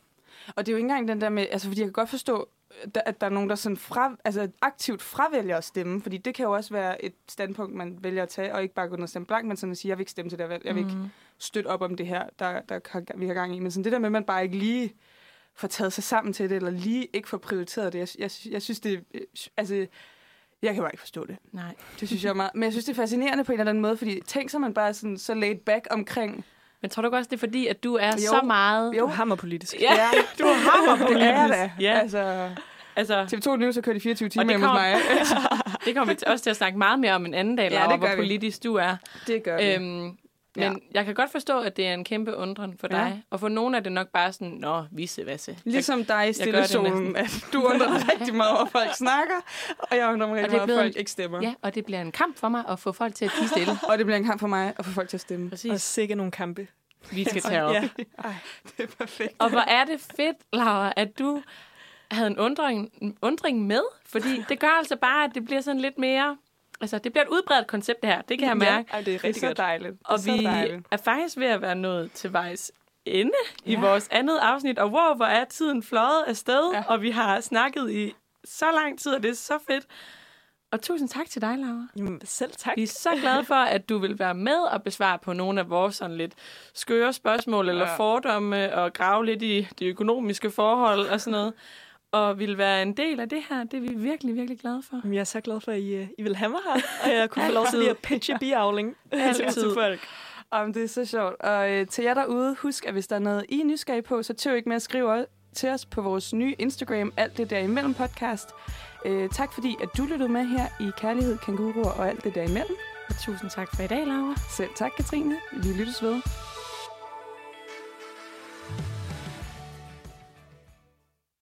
B: Og det er jo ikke engang den der med, altså fordi jeg kan godt forstå, at der er nogen, der sådan fra, altså aktivt fravælger at stemme, fordi det kan jo også være et standpunkt, man vælger at tage, og ikke bare gå ned og stemme blank, men sådan at sige, jeg vil ikke stemme til det her valg, jeg vil mm. ikke støtte op om det her, der, der vi har gang i. Men sådan det der med, at man bare ikke lige får taget sig sammen til det, eller lige ikke får prioriteret det, jeg, jeg, jeg synes det, altså, jeg kan bare ikke forstå det.
A: Nej.
B: Det synes jeg er meget, men jeg synes det er fascinerende på en eller anden måde, fordi tænk så man bare sådan så laid back omkring.
A: Men tror du også, det er fordi, at du er jo. så meget...
C: Jo, hammerpolitisk.
A: Ja, ja. Du er hammerpolitisk.
B: Det er da.
A: Ja.
B: Altså, altså, T V to News har kørt i fireogtyve timer hjemme hos mig.
A: Det kommer vi også til at snakke meget mere om en anden dag, Laura, ja, hvor politisk du er.
B: Det gør vi.
A: Øhm, men ja. jeg kan godt forstå, at det er en kæmpe undren for dig. Ja. Og for nogen er det nok bare sådan, nå, vissevasse.
B: Ligesom dig i stillesolen, at du undrer dig rigtig meget over, folk snakker, og jeg undrer mig rigtig meget over, folk ikke stemmer.
A: Ja, og det bliver en kamp for mig at få folk til at tie stille.
B: Og det bliver en kamp for mig at få folk til at stemme.
A: Præcis.
C: Og sikke nogle kampe.
A: Vi skal tage op.
C: Ja.
B: Ej, det er perfekt.
A: Og hvor er det fedt, Laura, at du havde en undring, en undring med, fordi det gør altså bare, at det bliver sådan lidt mere... Altså, det bliver et udbredt koncept, det her. Det kan jeg mærke.
B: Ja, det er rigtig det er så dejligt.
A: Og
B: det er
A: vi
B: dejligt.
A: er faktisk ved at være nået til vejs ende ja. i vores andet afsnit. Og wow, hvor er tiden fløjet afsted, ja. og vi har snakket i så lang tid, og det er så fedt. Og tusind tak til dig, Laura.
C: Jamen, selv tak.
A: Vi er så glade for, at du vil være med og besvare på nogle af vores sådan lidt skøre spørgsmål eller ja. fordomme og grave lidt i de økonomiske forhold og sådan noget. Og vil være en del af det her. Det er vi virkelig, virkelig glade for.
C: Jeg er så glad for, at I, I vil have mig her. Og jeg kunne få lov til at pitche biavling til folk.
B: Um, det er så sjovt. Og øh, til jer derude, husk, at hvis der er noget, I er nysgerrige på, så tøv ikke med at skrive til os på vores nye Instagram, alt det der imellem podcast. Øh, tak fordi, at du lyttede med her i Kærlighed, Kænguruer og alt det der imellem.
A: Og tusind tak for i dag, Laura.
B: Selv tak, Katrine. Vi lyttes ved.